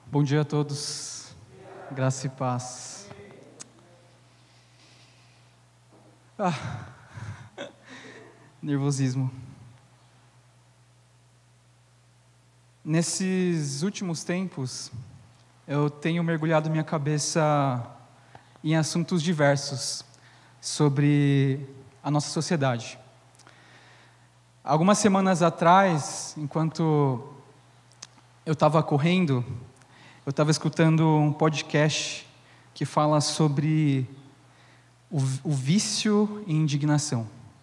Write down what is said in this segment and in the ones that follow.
Bom dia a todos, graça e paz. Nervosismo. Nesses últimos tempos, eu tenho mergulhado minha cabeça em assuntos diversos sobre a nossa sociedade. Algumas semanas atrás, enquanto eu estava correndo, eu estava escutando um podcast que fala sobre o vício em indignação.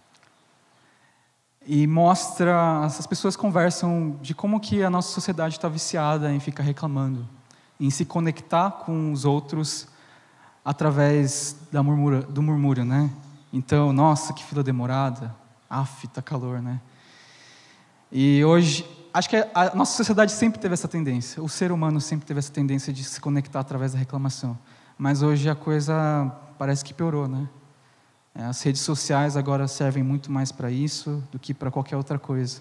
E mostra, as pessoas conversam de como que a nossa sociedade está viciada em ficar reclamando, em se conectar com os outros através do murmúrio, né? Então, nossa, que fila demorada, tá calor, né? E hoje, acho que a nossa sociedade sempre teve essa tendência, o ser humano sempre teve essa tendência de se conectar através da reclamação. Mas hoje a coisa parece que piorou, né? As redes sociais agora servem muito mais para isso do que para qualquer outra coisa.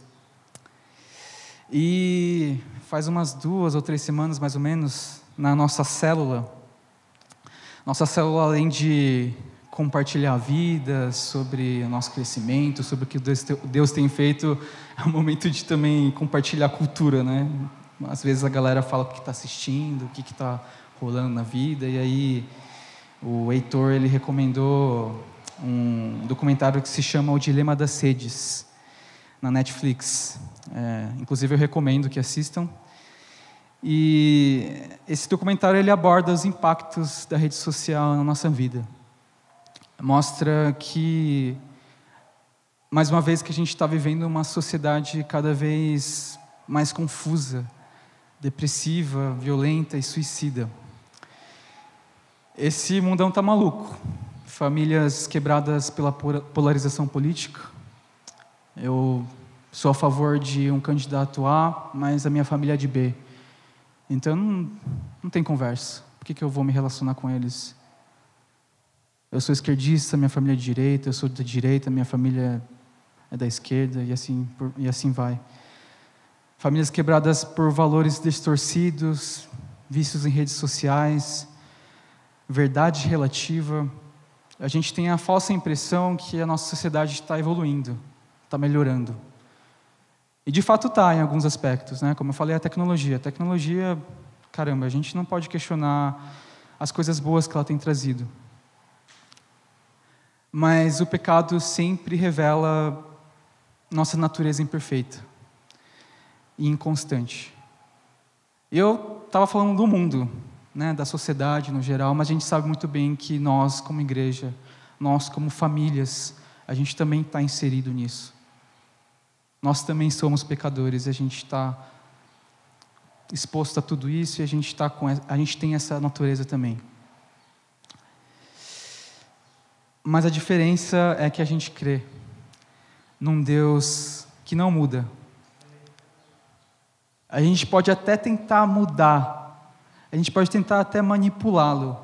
E faz umas 2 ou 3 semanas, mais ou menos, na nossa célula, além de compartilhar a vida, sobre o nosso crescimento, sobre o que Deus tem feito, é um momento de também compartilhar a cultura, né? Às vezes a galera fala o que está assistindo, o que está rolando na vida, e aí o Heitor, ele recomendou um documentário que se chama O Dilema das Redes, na Netflix. Inclusive eu recomendo que assistam. E esse documentário ele aborda os impactos da rede social na nossa vida. Mostra que, mais uma vez, que a gente está vivendo uma sociedade cada vez mais confusa, depressiva, violenta e suicida. Esse mundão está maluco. Famílias quebradas pela polarização política. Eu sou a favor de um candidato A, mas a minha família é de B. Então não tem conversa. Por que eu vou me relacionar com eles? Eu sou esquerdista, minha família é de direita. Eu sou da direita, minha família é da esquerda, e assim vai. Famílias quebradas por valores distorcidos, vícios em redes sociais, verdade relativa. A gente tem a falsa impressão que a nossa sociedade está evoluindo, está melhorando. E de fato está em alguns aspectos, né? Como eu falei, a tecnologia. A tecnologia, caramba, a gente não pode questionar as coisas boas que ela tem trazido. Mas o pecado sempre revela nossa natureza imperfeita e inconstante. Eu estava falando do mundo, né, da sociedade no geral, mas a gente sabe muito bem que nós, como igreja, nós, como famílias, a gente também está inserido nisso. Nós também somos pecadores e a gente está exposto a tudo isso e a gente tem essa natureza também. Mas a diferença é que a gente crê num Deus que não muda. A gente pode até tentar mudar, a gente pode tentar até manipulá-lo,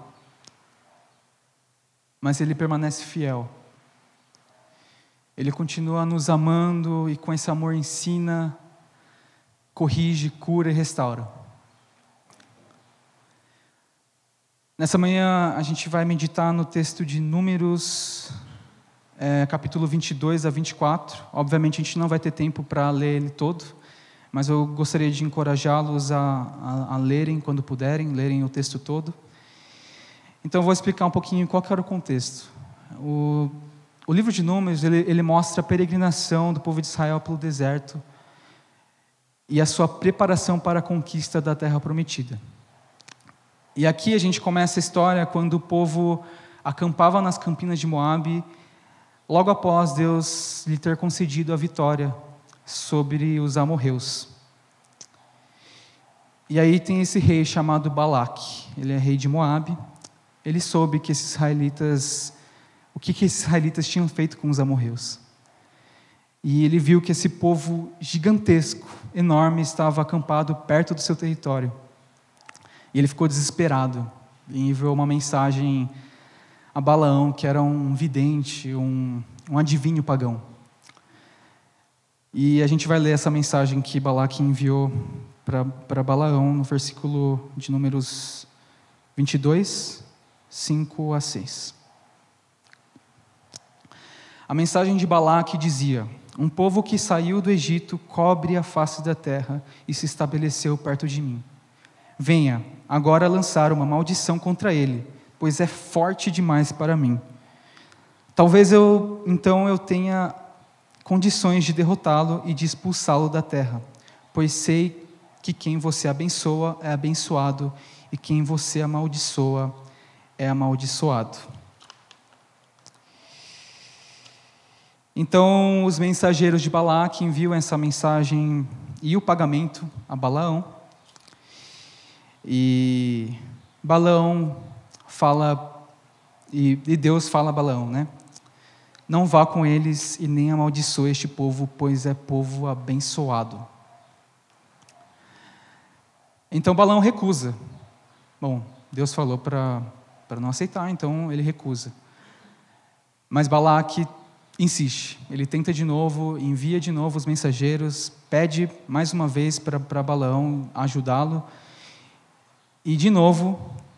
mas Ele permanece fiel. Ele continua nos amando e com esse amor ensina, corrige, cura e restaura. Nessa manhã a gente vai meditar no texto de Números, capítulo 22 a 24. Obviamente a gente não vai ter tempo para ler ele todo, mas eu gostaria de encorajá-los a lerem quando puderem, lerem o texto todo. Então eu vou explicar um pouquinho qual que era o contexto. O livro de Números, ele mostra a peregrinação do povo de Israel pelo deserto e a sua preparação para a conquista da terra prometida. E aqui a gente começa a história quando o povo acampava nas campinas de Moabe, logo após Deus lhe ter concedido a vitória sobre os amorreus. E aí tem esse rei chamado Balaque, ele é rei de Moabe. Ele soube que esses israelitas, o que esses israelitas tinham feito com os amorreus. E ele viu que esse povo gigantesco, enorme, estava acampado perto do seu território. E ele ficou desesperado e enviou uma mensagem a Balaão, que era um vidente, um adivinho pagão. E a gente vai ler essa mensagem que Balaque enviou para Balaão no versículo de Números 22, 5 a 6. A mensagem de Balaque dizia: um povo que saiu do Egito cobre a face da terra e se estabeleceu perto de mim. Venha agora lançar uma maldição contra ele, pois é forte demais para mim. Talvez eu tenha condições de derrotá-lo e de expulsá-lo da terra, pois sei que quem você abençoa é abençoado e quem você amaldiçoa é amaldiçoado. Então, os mensageiros de Balaque enviam essa mensagem e o pagamento a Balaão. E Balaão fala, e Deus fala a Balaão, né? Não vá com eles e nem amaldiçoe este povo, pois é povo abençoado. Então Balaão recusa. Bom, Deus falou para não aceitar, então ele recusa. Mas Balaque insiste, ele tenta de novo, envia de novo os mensageiros, pede mais uma vez para Balaão ajudá-lo, e de novo,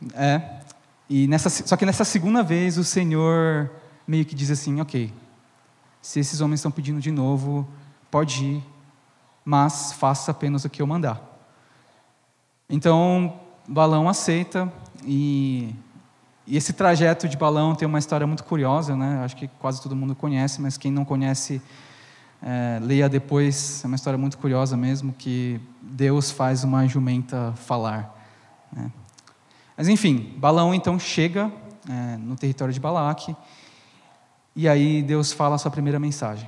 só que nessa segunda vez o Senhor meio que diz assim: ok, se esses homens estão pedindo de novo, pode ir, mas faça apenas o que eu mandar. Então Balaão aceita, e esse trajeto de Balaão tem uma história muito curiosa, né? Acho que quase todo mundo conhece, mas quem não conhece, leia depois. É uma história muito curiosa mesmo, que Deus faz uma jumenta falar, né? Mas enfim, Balaão então chega no território de Balaque, e aí Deus fala a sua primeira mensagem,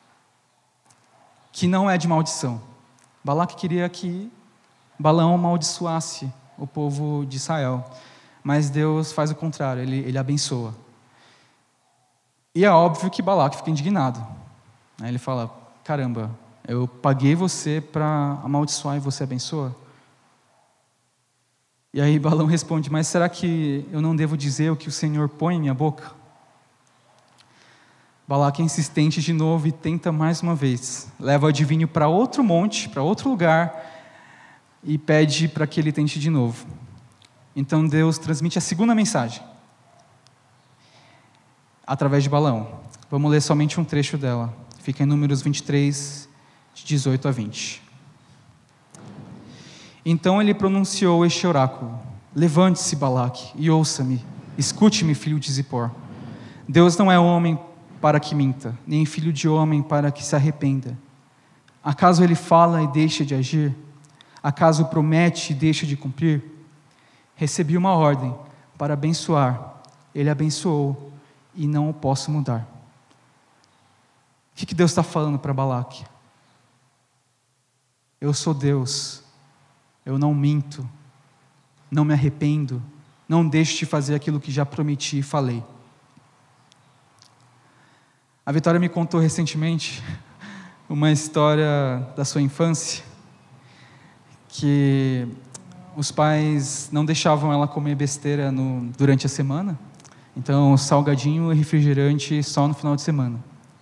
que não é de maldição. Balaque queria que Balaão amaldiçoasse o povo de Israel, mas Deus faz o contrário, ele abençoa. E é óbvio que Balaque fica indignado. Ele fala: caramba, eu paguei você para amaldiçoar e você abençoa? E aí Balaão responde: mas será que eu não devo dizer o que o Senhor põe em minha boca? Balaque é insistente de novo e tenta mais uma vez. Leva o adivinho para outro monte, para outro lugar, e pede para que ele tente de novo. Então Deus transmite a segunda mensagem através de Balaão. Vamos ler somente um trecho dela. Fica em Números 23, de 18 a 20. Então ele pronunciou este oráculo: levante-se, Balaque, e ouça-me. Escute-me, filho de Zippor. Deus não é homem para que minta, nem filho de homem para que se arrependa. Acaso ele fala e deixa de agir? Acaso promete e deixa de cumprir? Recebi uma ordem para abençoar, ele abençoou, e não o posso mudar. O que Deus está falando para Balaque? Eu sou Deus, eu não minto, não me arrependo, não deixo de fazer aquilo que já prometi e falei. A Vitória me contou recentemente uma história da sua infância, que os pais não deixavam ela comer besteira durante a semana, então salgadinho e refrigerante só no final de semana.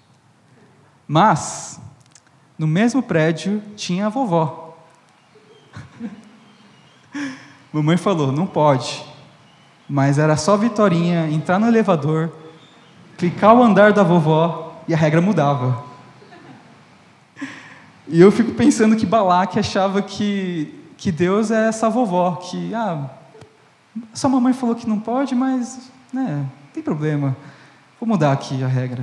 Mas, no mesmo prédio, tinha a vovó. Mamãe falou: não pode, mas era só Vitorinha entrar no elevador, clicar o andar da vovó e a regra mudava. E eu fico pensando que Balaque achava que Deus é essa vovó, que sua mamãe falou que não pode, mas não tem problema, vou mudar aqui a regra.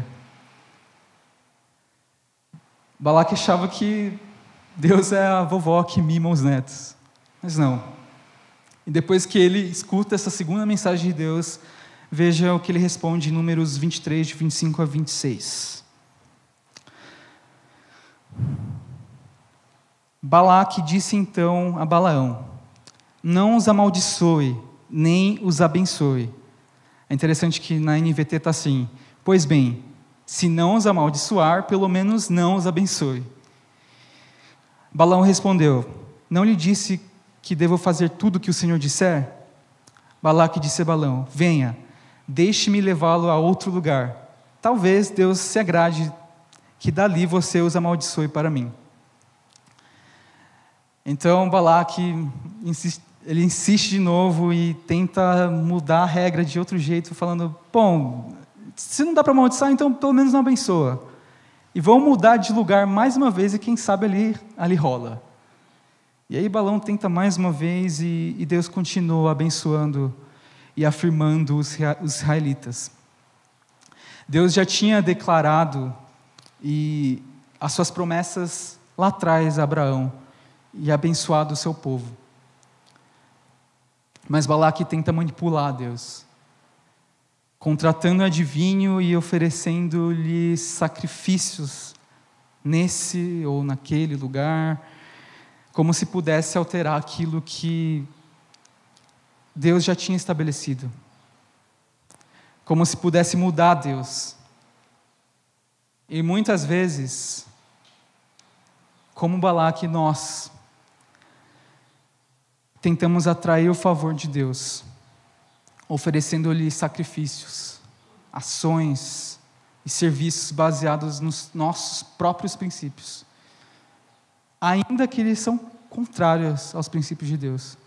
Balaque achava que Deus é a vovó que mima os netos, mas não. E depois que ele escuta essa segunda mensagem de Deus, veja o que ele responde em Números 23, de 25 a 26. Balaque disse então a Balaão: não os amaldiçoe, nem os abençoe. É interessante que na NVT está assim: pois bem, se não os amaldiçoar, pelo menos não os abençoe. Balaão respondeu: não lhe disse que devo fazer tudo o que o Senhor disser? Balaque disse a Balaão: venha, deixe-me levá-lo a outro lugar. Talvez Deus se agrade que dali você os amaldiçoe para mim. Então Balaque ele insiste de novo e tenta mudar a regra de outro jeito, falando, bom, se não dá para amaldiçoar, então pelo menos não abençoa. E vão mudar de lugar mais uma vez e quem sabe ali rola. E aí Balaão tenta mais uma vez e Deus continua abençoando e afirmando os israelitas. Deus já tinha declarado as suas promessas lá atrás a Abraão e abençoado o seu povo. Mas Balaque tenta manipular Deus, contratando um adivinho e oferecendo-lhe sacrifícios nesse ou naquele lugar, como se pudesse alterar aquilo que Deus já tinha estabelecido. Como se pudesse mudar Deus. E muitas vezes, como Balaque, nós tentamos atrair o favor de Deus, oferecendo-lhe sacrifícios, ações e serviços baseados nos nossos próprios princípios, ainda que eles são contrários aos princípios de Deus.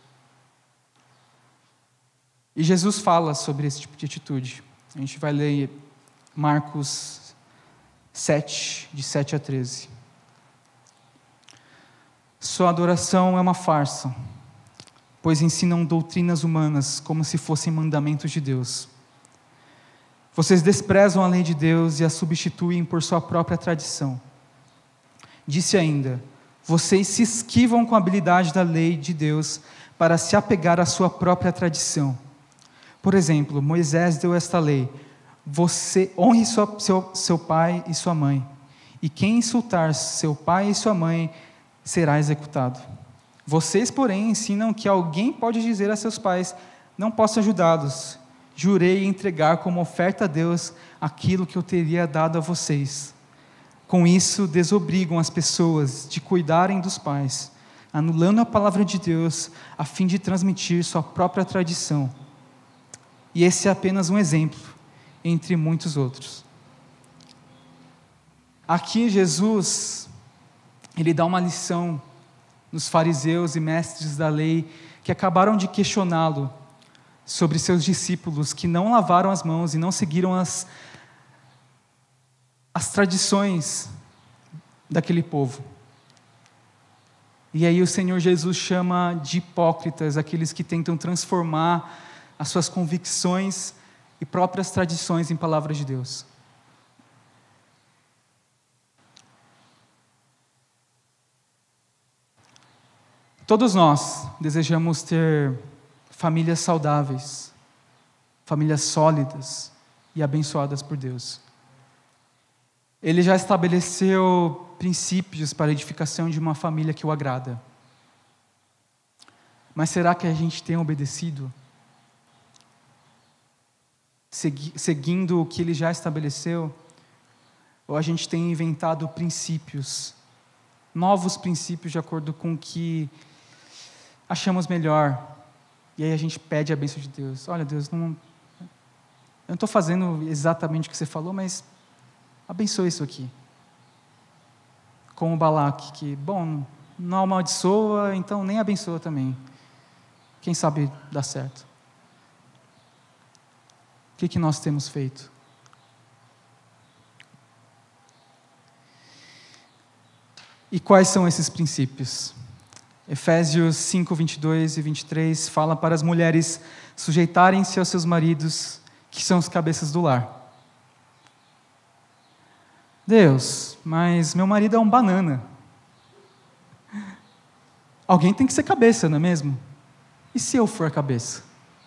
E Jesus fala sobre esse tipo de atitude. A gente vai ler Marcos 7, de 7 a 13. Sua adoração é uma farsa, pois ensinam doutrinas humanas como se fossem mandamentos de Deus. Vocês desprezam a lei de Deus e a substituem por sua própria tradição. Disse ainda, vocês se esquivam com a habilidade da lei de Deus para se apegar à sua própria tradição. Por exemplo, Moisés deu esta lei, você honre seu pai e sua mãe, e quem insultar seu pai e sua mãe será executado. Vocês, porém, ensinam que alguém pode dizer a seus pais, não posso ajudá-los, jurei entregar como oferta a Deus aquilo que eu teria dado a vocês. Com isso, desobrigam as pessoas de cuidarem dos pais, anulando a palavra de Deus, a fim de transmitir sua própria tradição. E esse é apenas um exemplo, entre muitos outros. Aqui Jesus, ele dá uma lição nos fariseus e mestres da lei que acabaram de questioná-lo sobre seus discípulos que não lavaram as mãos e não seguiram as tradições daquele povo. E aí o Senhor Jesus chama de hipócritas aqueles que tentam transformar as suas convicções e próprias tradições em palavras de Deus. Todos nós desejamos ter famílias saudáveis, famílias sólidas e abençoadas por Deus. Ele já estabeleceu princípios para a edificação de uma família que o agrada. Mas será que a gente tem obedecido? Seguindo o que ele já estabeleceu? Ou a gente tem inventado princípios, novos princípios de acordo com o que achamos melhor, e aí a gente pede a bênção de Deus. Olha, Deus, eu não estou fazendo exatamente o que você falou, mas abençoe isso aqui. Como o Balaque, que, bom, não amaldiçoa, então nem abençoa também. Quem sabe dá certo. O que nós temos feito? E quais são esses princípios? Efésios 5, 22 e 23 fala para as mulheres sujeitarem-se aos seus maridos, que são os cabeças do lar. Deus, mas meu marido é um banana. Alguém tem que ser cabeça, não é mesmo? E se eu for a cabeça?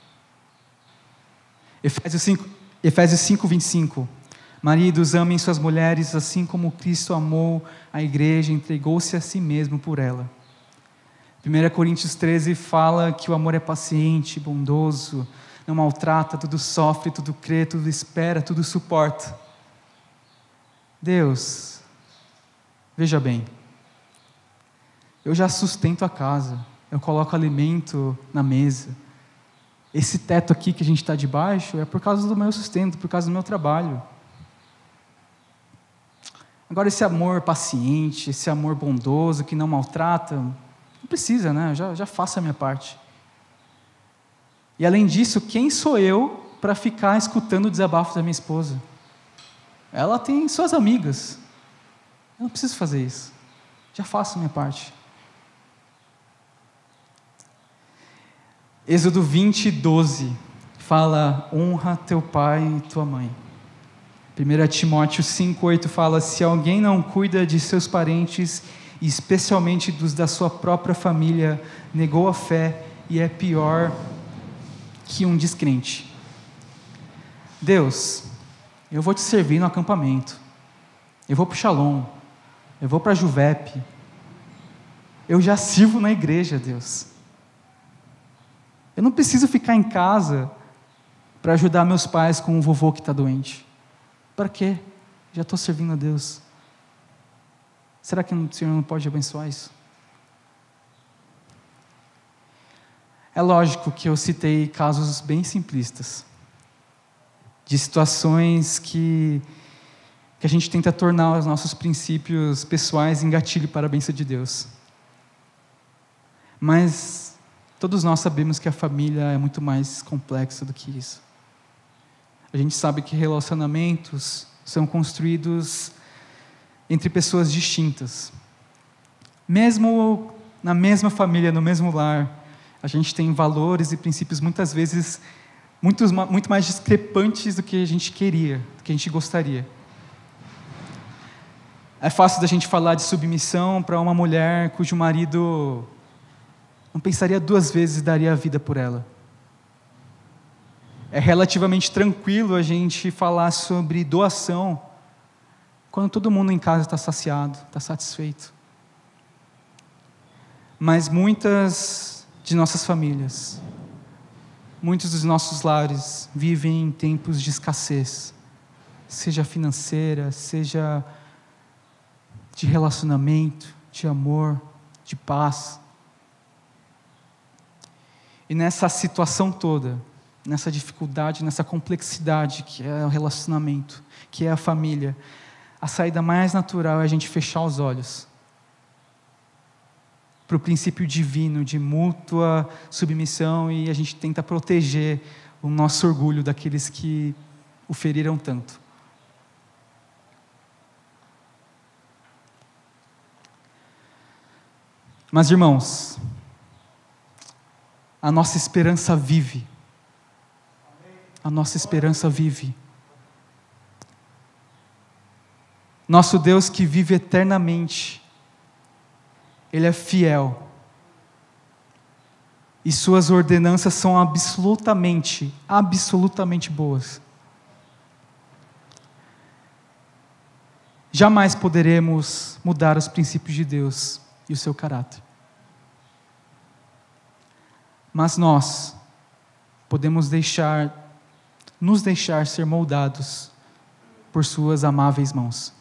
Efésios 5, 25. Maridos, amem suas mulheres, assim como Cristo amou a igreja e entregou-se a si mesmo por ela. 1 Coríntios 13 fala que o amor é paciente, bondoso, não maltrata, tudo sofre, tudo crê, tudo espera, tudo suporta. Deus, veja bem, eu já sustento a casa, eu coloco alimento na mesa. Esse teto aqui que a gente está debaixo é por causa do meu sustento, por causa do meu trabalho. Agora esse amor paciente, esse amor bondoso que não maltrata, Não precisa, né? Eu já faço a minha parte. E além disso, quem sou eu para ficar escutando o desabafo da minha esposa? Ela tem suas amigas. Eu não preciso fazer isso. Já faço a minha parte. Êxodo 20:12 fala: honra teu pai e tua mãe. 1 Timóteo 5:8 fala: se alguém não cuida de seus parentes, e especialmente dos da sua própria família, negou a fé e é pior que um descrente. Deus, eu vou te servir no acampamento, eu vou para o Shalom, eu vou para a Juvep, eu já sirvo na igreja, Deus. Eu não preciso ficar em casa para ajudar meus pais com o vovô que está doente. Para quê? Já estou servindo a Deus. Será que o Senhor não pode abençoar isso? É lógico que eu citei casos bem simplistas, de situações que a gente tenta tornar os nossos princípios pessoais em gatilho para a bênção de Deus. Mas todos nós sabemos que a família é muito mais complexa do que isso. A gente sabe que relacionamentos são construídos entre pessoas distintas. Mesmo na mesma família, no mesmo lar, a gente tem valores e princípios muitas vezes muito mais discrepantes do que a gente queria, do que a gente gostaria. É fácil da gente falar de submissão para uma mulher cujo marido não pensaria 2 vezes e daria a vida por ela. É relativamente tranquilo a gente falar sobre doação quando todo mundo em casa está saciado, está satisfeito. Mas muitas de nossas famílias, muitos dos nossos lares vivem em tempos de escassez, seja financeira, seja de relacionamento, de amor, de paz. E nessa situação toda, nessa dificuldade, nessa complexidade que é o relacionamento, que é a família, a saída mais natural é a gente fechar os olhos para o princípio divino de mútua submissão, e a gente tenta proteger o nosso orgulho daqueles que o feriram tanto. Mas, irmãos, a nossa esperança vive. A nossa esperança vive. Nosso Deus que vive eternamente, Ele é fiel. E suas ordenanças são absolutamente boas. Jamais poderemos mudar os princípios de Deus e o seu caráter. Mas nós podemos nos deixar ser moldados por suas amáveis mãos.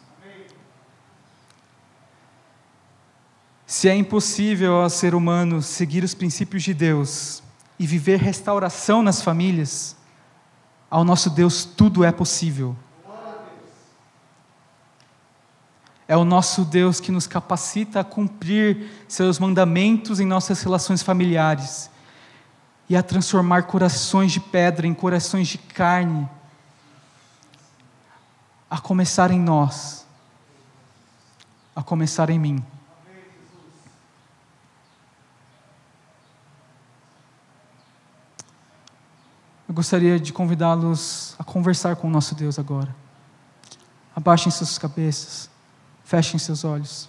Se é impossível ao ser humano seguir os princípios de Deus e viver restauração nas famílias, ao nosso Deus tudo é possível. É o nosso Deus que nos capacita a cumprir seus mandamentos em nossas relações familiares e a transformar corações de pedra em corações de carne, a começar em nós, a começar em mim. Eu gostaria de convidá-los a conversar com o nosso Deus agora. Abaixem suas cabeças, fechem seus olhos.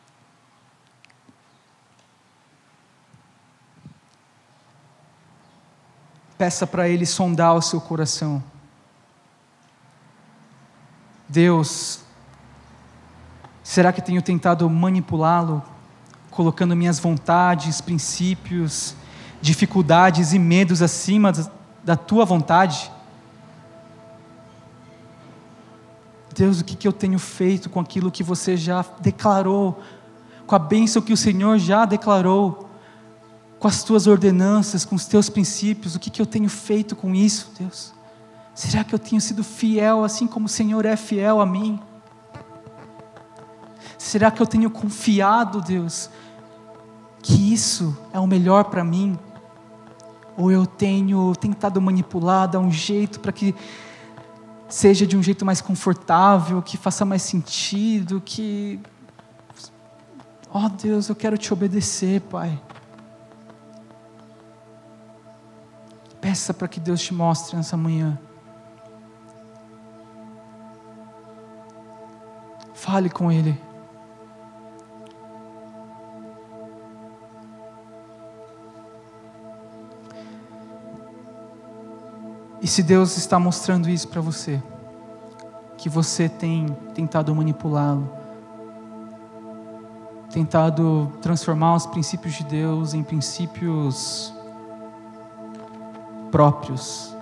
Peça para Ele sondar o seu coração. Deus, será que tenho tentado manipulá-lo, colocando minhas vontades, princípios, dificuldades e medos acima da tua vontade? Deus, o que eu tenho feito com aquilo que você já declarou, com a bênção que o Senhor já declarou, com as tuas ordenanças, com os teus princípios? O que eu tenho feito com isso, Deus? Será que eu tenho sido fiel assim como o Senhor é fiel a mim? Será que eu tenho confiado, Deus, que isso é o melhor para mim, ou eu tenho tentado manipular, dar um jeito para que seja de um jeito mais confortável, que faça mais sentido, que... Oh Deus, eu quero te obedecer, Pai. Peça para que Deus te mostre nessa manhã. Fale com Ele. E se Deus está mostrando isso para você, que você tem tentado manipulá-lo, tentado transformar os princípios de Deus em princípios próprios,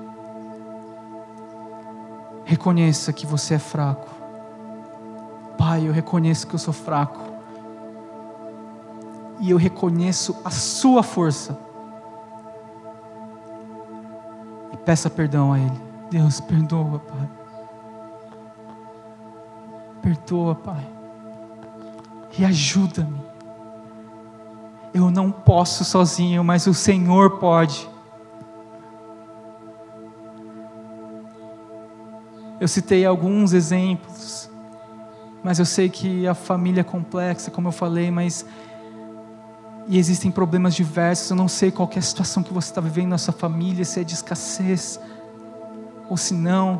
reconheça que você é fraco. Pai, eu reconheço que eu sou fraco, e eu reconheço a sua força, e peça perdão a Ele. Deus, perdoa, Pai. Perdoa, Pai, e ajuda-me. Eu não posso sozinho, mas o Senhor pode. Eu citei alguns exemplos, mas eu sei que a família é complexa, como eu falei, e existem problemas diversos. Eu não sei qual que é a situação que você está vivendo na sua família, se é de escassez, ou se não.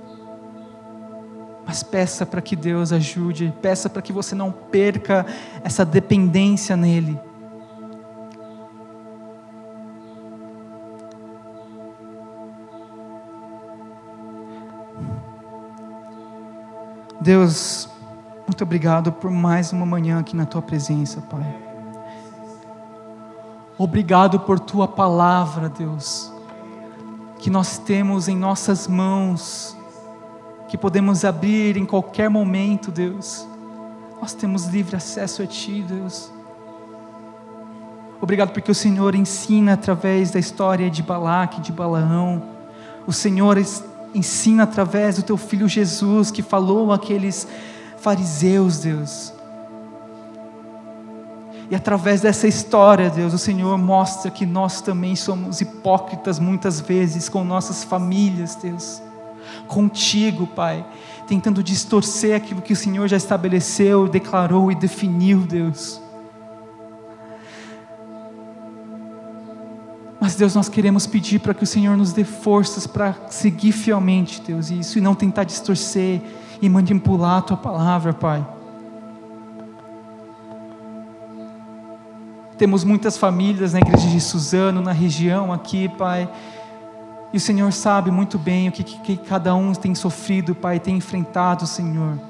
Mas peça para que Deus ajude, peça para que você não perca essa dependência nele. Deus, muito obrigado por mais uma manhã aqui na Tua presença, Pai. Obrigado por Tua palavra, Deus, que nós temos em nossas mãos, que podemos abrir em qualquer momento, Deus. Nós temos livre acesso a Ti, Deus. Obrigado porque o Senhor ensina através da história de Balaque, de Balaão. O Senhor ensina através do Teu Filho Jesus, que falou àqueles fariseus, Deus. E através dessa história, Deus, o Senhor mostra que nós também somos hipócritas muitas vezes com nossas famílias, Deus. Contigo, Pai, tentando distorcer aquilo que o Senhor já estabeleceu, declarou e definiu, Deus. Mas, Deus, nós queremos pedir para que o Senhor nos dê forças para seguir fielmente, Deus, isso, e não tentar distorcer e manipular a Tua palavra, Pai. Temos muitas famílias na igreja de Suzano, na região aqui, Pai, e o Senhor sabe muito bem o que cada um tem sofrido, Pai, tem enfrentado, Senhor.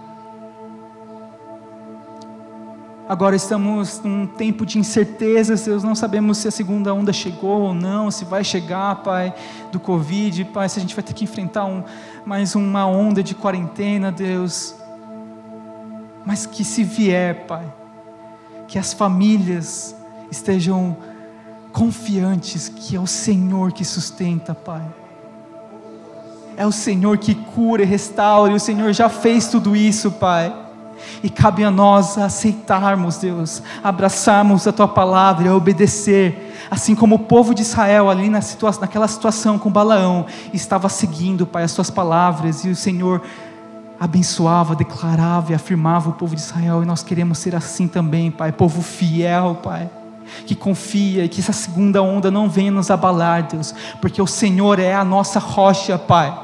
Agora estamos num tempo de incertezas, Deus, não sabemos se a segunda onda chegou ou não, se vai chegar, Pai, do Covid, Pai, se a gente vai ter que enfrentar mais uma onda de quarentena, Deus. Mas que se vier, Pai, que as famílias estejam confiantes que é o Senhor que sustenta, Pai. É o Senhor que cura e restaura, e o Senhor já fez tudo isso, Pai. E cabe a nós aceitarmos, Deus, abraçarmos a Tua palavra e obedecer, assim como o povo de Israel ali naquela situação com Balaão, estava seguindo, Pai, as Tuas palavras, e o Senhor abençoava, declarava e afirmava o povo de Israel, e nós queremos ser assim também, Pai, povo fiel, Pai, que confia, e que essa segunda onda não venha nos abalar, Deus, porque o Senhor é a nossa rocha, Pai.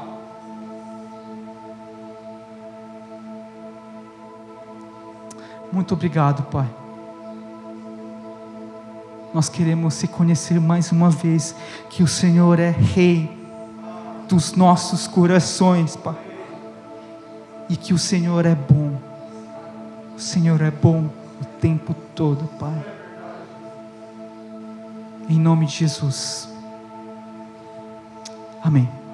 Muito obrigado, Pai. Nós queremos se conhecer mais uma vez, que o Senhor é Rei dos nossos corações, Pai, e que o Senhor é bom. O Senhor é bom o tempo todo, Pai. Em nome de Jesus. Amém.